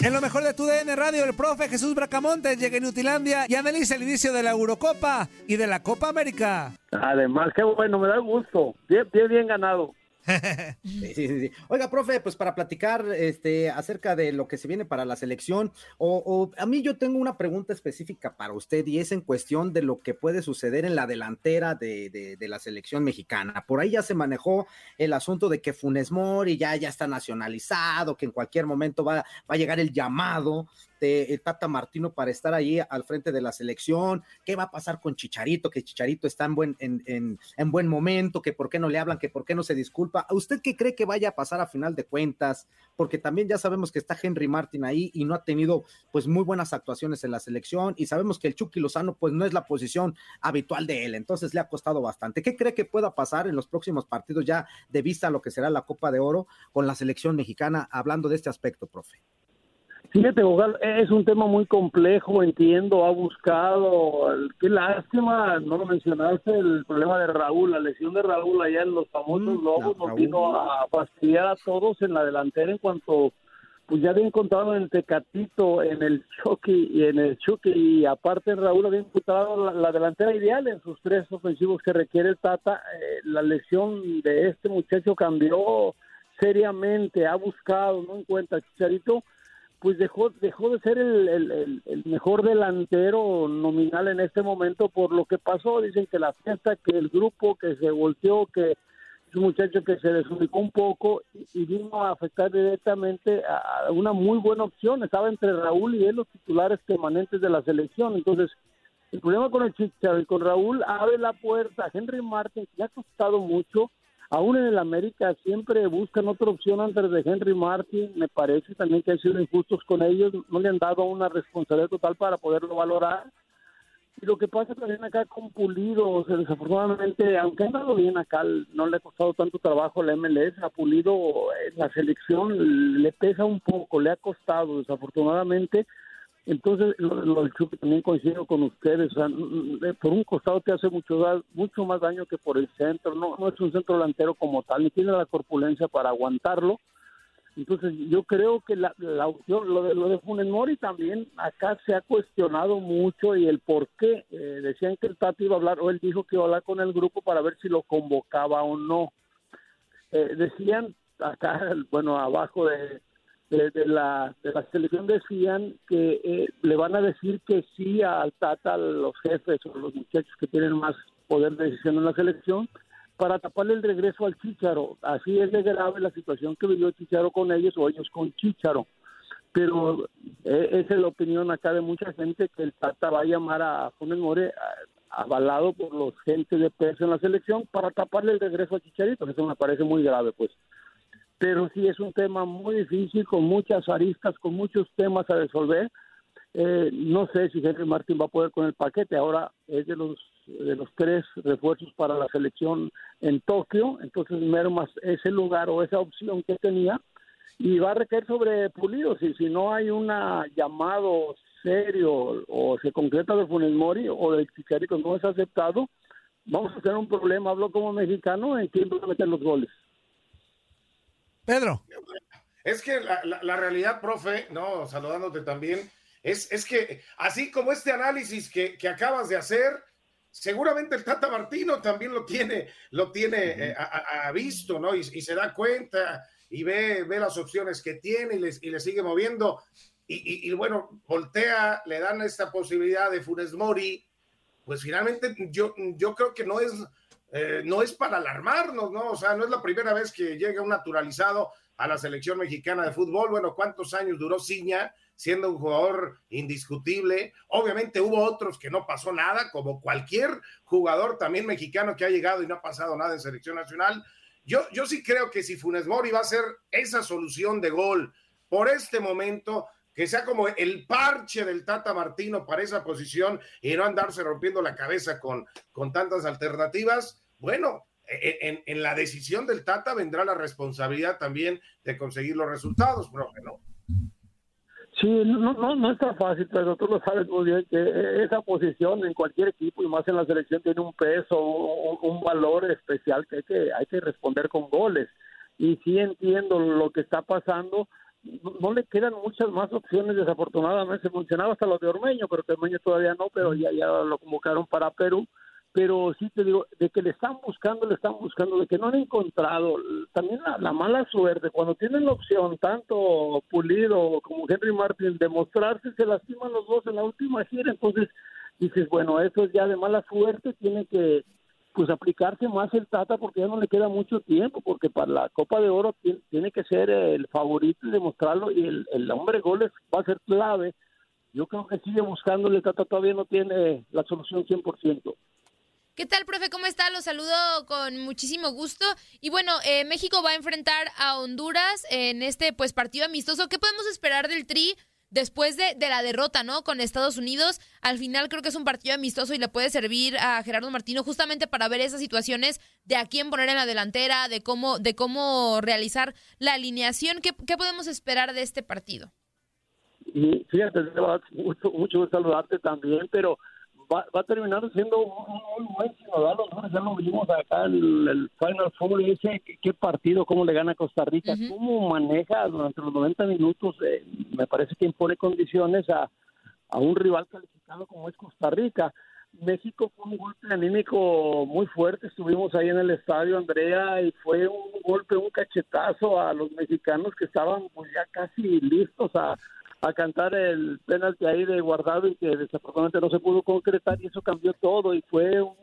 En lo mejor de tu DN Radio, el profe Jesús Bracamontes llega en Utilandia y analiza el inicio de la Eurocopa y de la Copa América. Además, qué bueno, me da gusto. Bien ganado. Sí. Oiga, profe, pues para platicar acerca de lo que se viene para la selección, o a mí yo tengo una pregunta específica para usted y es en cuestión de lo que puede suceder en la delantera de la selección mexicana. Por ahí ya se manejó el asunto de que Funes Mori ya está nacionalizado, que en cualquier momento va a llegar el llamado de Tata Martino para estar ahí al frente de la selección. ¿Qué va a pasar con Chicharito? Que Chicharito está en buen momento, que por qué no le hablan, que por qué no se disculpa. ¿A usted qué cree que vaya a pasar a final de cuentas? Porque también ya sabemos que está Henry Martin ahí y no ha tenido pues muy buenas actuaciones en la selección, y sabemos que el Chucky Lozano pues no es la posición habitual de él, entonces le ha costado bastante. ¿Qué cree que pueda pasar en los próximos partidos ya de vista a lo que será la Copa de Oro con la selección mexicana, hablando de este aspecto, profe? Fíjate, Bogal, es un tema muy complejo, entiendo, ha buscado, qué lástima, no lo mencionaste, el problema de Raúl, la lesión de Raúl allá en los famosos Lobos, nos vino a fastidiar a todos en la delantera en cuanto, pues ya había encontrado en el Tecatito, en el Chucky, y aparte Raúl había encontrado la delantera ideal en sus tres ofensivos que requiere el Tata. La lesión de este muchacho cambió seriamente, ha buscado, no encuentra Chicharito, pues dejó de ser el mejor delantero nominal en este momento por lo que pasó. Dicen que la fiesta, que el grupo, que se volteó, que es un muchacho que se desubicó un poco y vino a afectar directamente a una muy buena opción. Estaba entre Raúl y él los titulares permanentes de la selección. Entonces, el problema con el Chicharo y con Raúl abre la puerta a Henry Martin, que ha costado mucho. Aún en el América siempre buscan otra opción antes de Henry Martin. Me parece también que han sido injustos con ellos, no le han dado una responsabilidad total para poderlo valorar. Y lo que pasa también acá con Pulido, o sea, desafortunadamente, aunque ha andado bien acá, no le ha costado tanto trabajo la MLS, a Pulido la selección le pesa un poco, le ha costado desafortunadamente. Entonces, lo del Chucky también coincido con ustedes, o sea, por un costado te hace mucho más daño que por el centro, no es un centro delantero como tal, ni tiene la corpulencia para aguantarlo. Entonces, yo creo que la opción, lo de Funes Mori también acá se ha cuestionado mucho y el por qué. Decían que el Tata iba a hablar, o él dijo que iba a hablar con el grupo para ver si lo convocaba o no. Decían acá, bueno, abajo de la selección decían que le van a decir que sí al Tata, los jefes o los muchachos que tienen más poder de decisión en la selección, para taparle el regreso al Chícharo. Así es de grave la situación que vivió Chícharo con ellos o ellos con Chícharo. Pero esa es la opinión acá de mucha gente, que el Tata va a llamar a Funes Mori avalado por los gente de peso en la selección para taparle el regreso a Chicharito. Eso me parece muy grave, pues. Pero sí es un tema muy difícil, con muchas aristas, con muchos temas a resolver. No sé si Henry Martin va a poder con el paquete. Ahora es de los tres refuerzos para la selección en Tokio, entonces mermas ese lugar o esa opción que tenía y va a recaer sobre Pulido. Si no hay un llamado serio o se concreta de Funes Mori o del Chicharito no es aceptado, vamos a tener un problema, hablo como mexicano, en quién va a meter los goles. Pedro. Es que la realidad, profe, no, saludándote también, es que así como este análisis que acabas de hacer, seguramente el Tata Martino también lo tiene visto, ¿no? Y se da cuenta y ve las opciones que tiene y le sigue moviendo. Y bueno, voltea, le dan esta posibilidad de Funes Mori. Pues finalmente yo creo que no es para alarmarnos, ¿no? O sea, no es la primera vez que llega un naturalizado a la selección mexicana de fútbol. Bueno, ¿cuántos años duró Ciña siendo un jugador indiscutible? Obviamente hubo otros que no pasó nada, como cualquier jugador también mexicano que ha llegado y no ha pasado nada en selección nacional. Yo sí creo que si Funes Mori va a ser esa solución de gol por este momento, que sea como el parche del Tata Martino para esa posición y no andarse rompiendo la cabeza con tantas alternativas, bueno, en la decisión del Tata vendrá la responsabilidad también de conseguir los resultados, profe, ¿no? Sí, no está fácil, pero tú lo sabes muy bien que esa posición en cualquier equipo y más en la selección tiene un peso, un valor especial que hay que responder con goles. Y sí entiendo lo que está pasando. no le quedan muchas más opciones, desafortunadamente. Se mencionaba hasta los de Ormeño, pero que Ormeño todavía no, pero ya lo convocaron para Perú. Pero sí te digo, de que le están buscando, de que no han encontrado. También la mala suerte, cuando tienen la opción, tanto Pulido como Henry Martin, de mostrarse, se lastiman los dos en la última gira. Entonces dices, bueno, eso es ya de mala suerte, tiene que pues aplicarse más el Tata, porque ya no le queda mucho tiempo, porque para la Copa de Oro tiene que ser el favorito y demostrarlo, y el hombre goles va a ser clave. Yo creo que sigue buscándole, el Tata todavía no tiene la solución 100%. ¿Qué tal, profe? ¿Cómo está? Los saludo con muchísimo gusto. Y bueno, México va a enfrentar a Honduras en este pues partido amistoso. ¿Qué podemos esperar del Tri después de la derrota, ¿no? Con Estados Unidos? Al final creo que es un partido amistoso y le puede servir a Gerardo Martino justamente para ver esas situaciones de a quién poner en la delantera, de cómo realizar la alineación. ¿Qué podemos esperar de este partido? Y fíjate, mucho saludarte también, pero va a terminar siendo un muy buen ciudadano. Ya lo vimos acá en el Final Four, y ese qué partido, cómo le gana a Costa Rica, cómo maneja durante los 90 minutos, me parece que impone condiciones a un rival calificado como es Costa Rica. México fue un golpe anímico muy fuerte, estuvimos ahí en el estadio, Andrea, y fue un golpe, un cachetazo a los mexicanos que estaban pues ya casi listos a cantar el penalti ahí de Guardado, y que desafortunadamente no se pudo concretar, y eso cambió todo, y fue un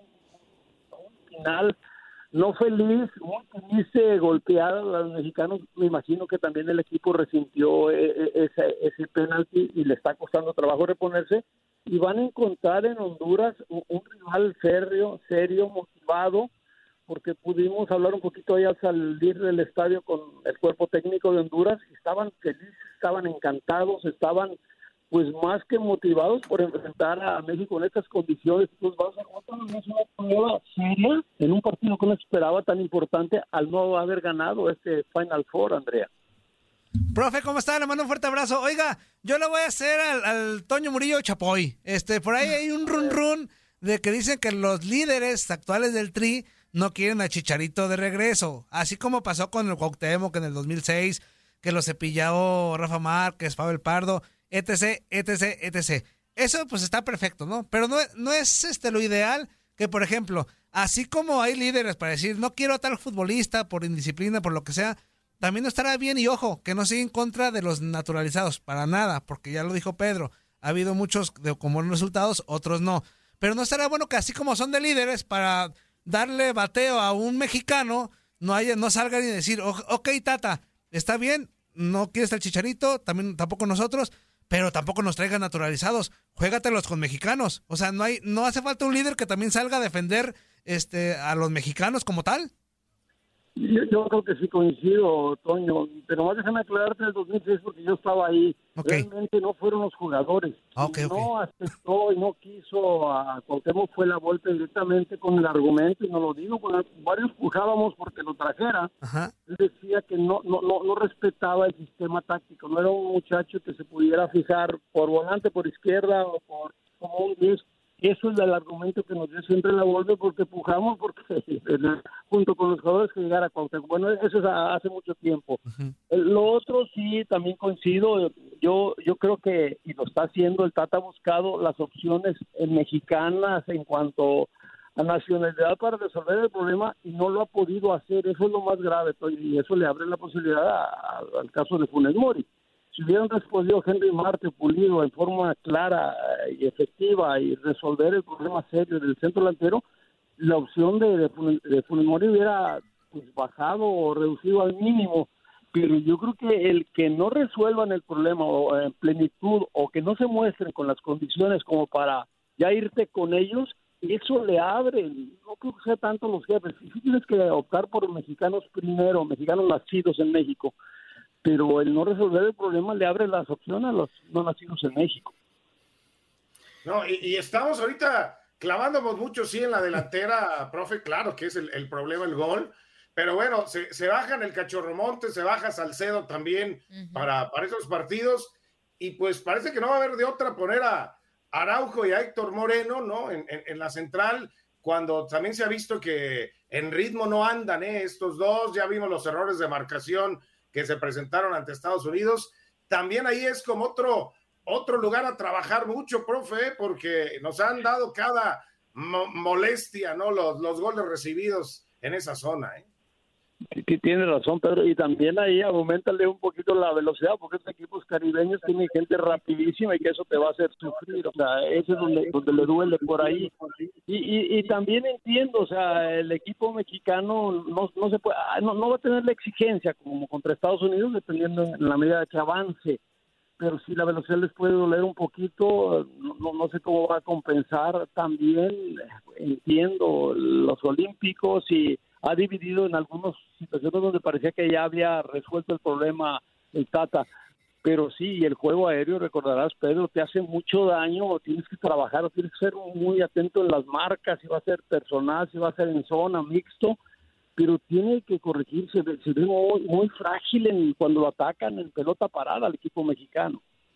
final no feliz, muy triste, golpeada a los mexicanos. Me imagino que también el equipo resintió ese penalti y le está costando trabajo reponerse, y van a encontrar en Honduras un rival férreo, serio, motivado, porque pudimos hablar un poquito ahí al salir del estadio con el cuerpo técnico de Honduras, y estaban felices, estaban encantados, estaban pues más que motivados por enfrentar a México en estas condiciones. Entonces vamos a otra vez una prueba seria en un partido que no esperaba tan importante al no haber ganado este Final Four, Andrea. Profe, ¿cómo está? Le mando un fuerte abrazo. Oiga, yo le voy a hacer al Toño Murillo Chapoy. Por ahí hay un run de que dicen que los líderes actuales del Tri no quieren a Chicharito de regreso, así como pasó con el Cuauhtémoc en el 2006, que lo cepilló Rafa Márquez, Pavel Pardo, etc. Eso pues está perfecto, ¿no? Pero no es lo ideal que, por ejemplo, así como hay líderes para decir no quiero a tal futbolista por indisciplina, por lo que sea, también no estará bien, y ojo, que no siga en contra de los naturalizados, para nada, porque ya lo dijo Pedro, ha habido muchos con buenos resultados, otros no. Pero no estará bueno que así como son de líderes para darle bateo a un mexicano, no salgan y decir, ok, Tata, está bien, no quieres al Chicharito, tampoco nosotros, pero tampoco nos traigan naturalizados, juégatelos con mexicanos. O sea, no hace falta un líder que también salga a defender a los mexicanos como tal. Yo creo que sí coincido, Toño, pero más déjame aclararte el 2006 porque yo estaba ahí. Okay. Realmente no fueron los jugadores. No aceptó y no quiso a Cuauhtémoc, fue la vuelta directamente con el argumento, y no lo digo, porque varios pujábamos porque lo trajera. Ajá. Él decía que no respetaba el sistema táctico, no era un muchacho que se pudiera fijar por volante, por izquierda o como un 10. Eso es el argumento que nos dio siempre la Volpe, porque pujamos porque junto con los jugadores que llegara a Cuauhtémoc. Bueno, eso es hace mucho tiempo. Uh-huh. Lo otro sí, también coincido. Yo creo que, y lo está haciendo, el Tata ha buscado las opciones mexicanas en cuanto a nacionalidad para resolver el problema, y no lo ha podido hacer. Eso es lo más grave, y eso le abre la posibilidad al caso de Funes Mori. Si hubieran respondido Henry Martin, Pulido, en forma clara y efectiva, y resolver el problema serio del centro delantero, la opción de Funes Mori hubiera pues bajado o reducido al mínimo. Pero yo creo que el que no resuelvan el problema o en plenitud, o que no se muestren con las condiciones como para ya irte con ellos, eso le abre. No creo que sea tanto los jefes. Si tienes que optar por mexicanos primero, mexicanos nacidos en México, pero el no resolver el problema le abre las opciones a los no nacidos en México. No, y estamos ahorita clavándonos mucho, sí, en la delantera, profe, claro que es el problema, el gol, pero bueno, se bajan el Cachorro Montes, se baja Salcedo también para esos partidos, y pues parece que no va a haber de otra poner a Araujo y a Héctor Moreno, ¿no? En la central, cuando también se ha visto que en ritmo no andan, estos dos. Ya vimos los errores de marcación que se presentaron ante Estados Unidos. También ahí es como otro lugar a trabajar mucho, profe, porque nos han dado cada molestia, ¿no? Los goles recibidos en esa zona, ¿eh? Sí, tiene razón, Pedro, y también ahí aumentale un poquito la velocidad, porque estos equipos caribeños tienen gente rapidísima y que eso te va a hacer sufrir, o sea, eso es donde le duele por ahí. Y también entiendo, o sea, el equipo mexicano no se puede, no va a tener la exigencia como contra Estados Unidos, dependiendo en la medida que avance, pero si la velocidad les puede doler un poquito, no sé cómo va a compensar. También entiendo los olímpicos y ha dividido en algunas situaciones donde parecía que ya había resuelto el problema el Tata, pero sí, el juego aéreo, recordarás, Pedro, te hace mucho daño, tienes que trabajar, tienes que ser muy atento en las marcas, si va a ser personal, si va a ser en zona, mixto, pero tiene que corregirse, se ve muy frágil cuando lo atacan en pelota parada al equipo mexicano.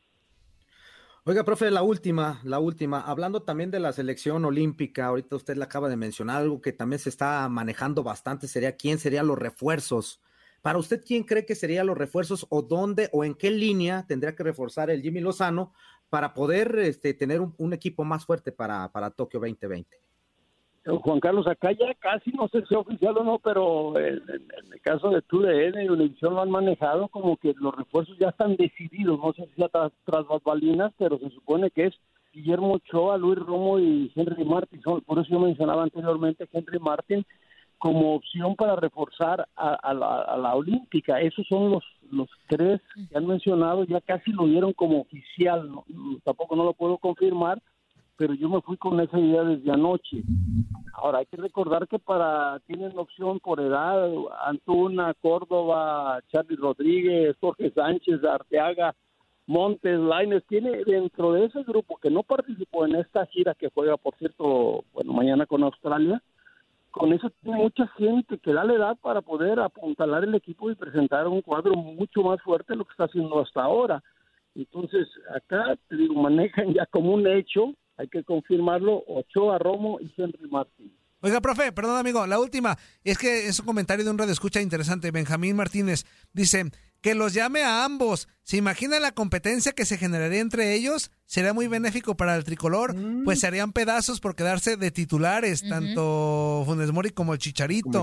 Oiga, profe, la última, hablando también de la selección olímpica, ahorita usted le acaba de mencionar algo que también se está manejando bastante, ¿quién serían los refuerzos? Para usted, ¿quién cree que serían los refuerzos o dónde o en qué línea tendría que reforzar el Jimmy Lozano para poder tener un equipo más fuerte para Tokio 2020? Juan Carlos, acá ya casi no sé si es oficial o no, pero en el caso de TUDN y Univisión lo han manejado como que los refuerzos ya están decididos, no sé si tras bambalinas, pero se supone que es Guillermo Ochoa, Luis Romo y Henry Martin. Por eso yo mencionaba anteriormente Henry Martin como opción para reforzar a la olímpica. Esos son los tres que han mencionado, ya casi lo dieron como oficial, tampoco no lo puedo confirmar, pero yo me fui con esa idea desde anoche. Ahora, hay que recordar que tienen opción por edad, Antuna, Córdoba, Charly Rodríguez, Jorge Sánchez, Arteaga, Montes, Lainez. Tiene dentro de ese grupo que no participó en esta gira que juega, por cierto, mañana con Australia, con eso tiene mucha gente que da la edad para poder apuntalar el equipo y presentar un cuadro mucho más fuerte de lo que está haciendo hasta ahora. Entonces, acá, te digo, manejan ya como un hecho, hay que confirmarlo, Ochoa, Romo y Henry Martín. Oiga, profe, perdón, amigo, la última, es que es un comentario de un radioescucha interesante, Benjamín Martínez, dice, que los llame a ambos, ¿se imagina la competencia que se generaría entre ellos? Sería muy benéfico para el tricolor, pues se harían pedazos por quedarse de titulares, tanto Funes Mori como el Chicharito.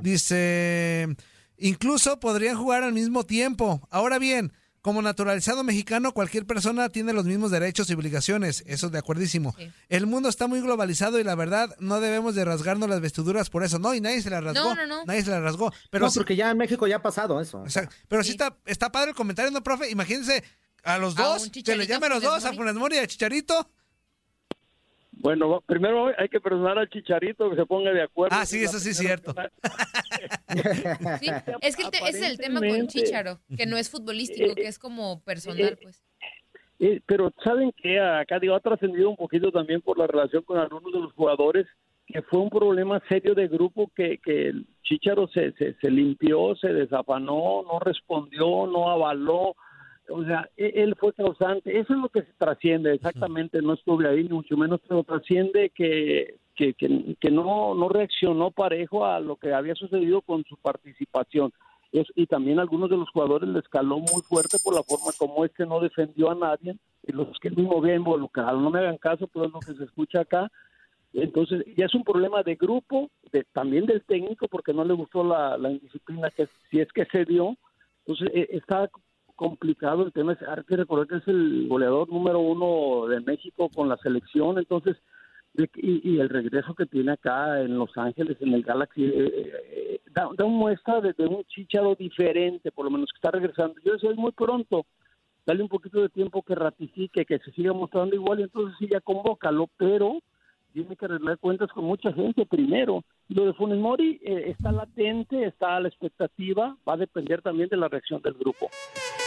Dice, incluso podrían jugar al mismo tiempo. Ahora bien, como naturalizado mexicano, cualquier persona tiene los mismos derechos y obligaciones, eso es de acuerdísimo. Sí. El mundo está muy globalizado y la verdad, no debemos de rasgarnos las vestiduras por eso. No, y nadie se las rasgó. No. Nadie se las rasgó. Pero no, porque ya en México ya ha pasado eso. Exacto. Pero sí está padre el comentario, ¿no, profe? Imagínense a los dos, que le llamen a los dos, a Funes Mori y a Chicharito. Bueno, primero hay que personar al Chicharito que se ponga de acuerdo. Ah, sí, eso sí es cierto. Sí, es que ese es el tema con Chicharo, que no es futbolístico, que es como personal, pues. Pero ¿saben qué? Acá ha trascendido un poquito también por la relación con algunos de los jugadores, que fue un problema serio de grupo que el Chicharo se limpió, se desafanó, no respondió, no avaló. O sea, él fue causante. Eso es lo que se trasciende, exactamente. No estuve ahí, ni mucho menos, pero trasciende que no reaccionó parejo a lo que había sucedido con su participación. Y también a algunos de los jugadores les caló muy fuerte por la forma como no defendió a nadie, y los que él mismo había involucrado. No me hagan caso, pero es lo que se escucha acá. Entonces, ya es un problema de grupo, también del técnico, porque no le gustó la indisciplina, que si es que se dio. Entonces, está complicado el tema. Hay que recordar que es el goleador número 1 de México con la selección, entonces, y el regreso que tiene acá en Los Ángeles, en el Galaxy, da muestra de un Chicharo diferente, por lo menos que está regresando. Yo decía, es muy pronto, dale un poquito de tiempo que ratifique, que se siga mostrando igual, y entonces sí ya convócalo, pero tiene que arreglar cuentas con mucha gente primero. Y lo de Funes Mori está latente, está a la expectativa, va a depender también de la reacción del grupo.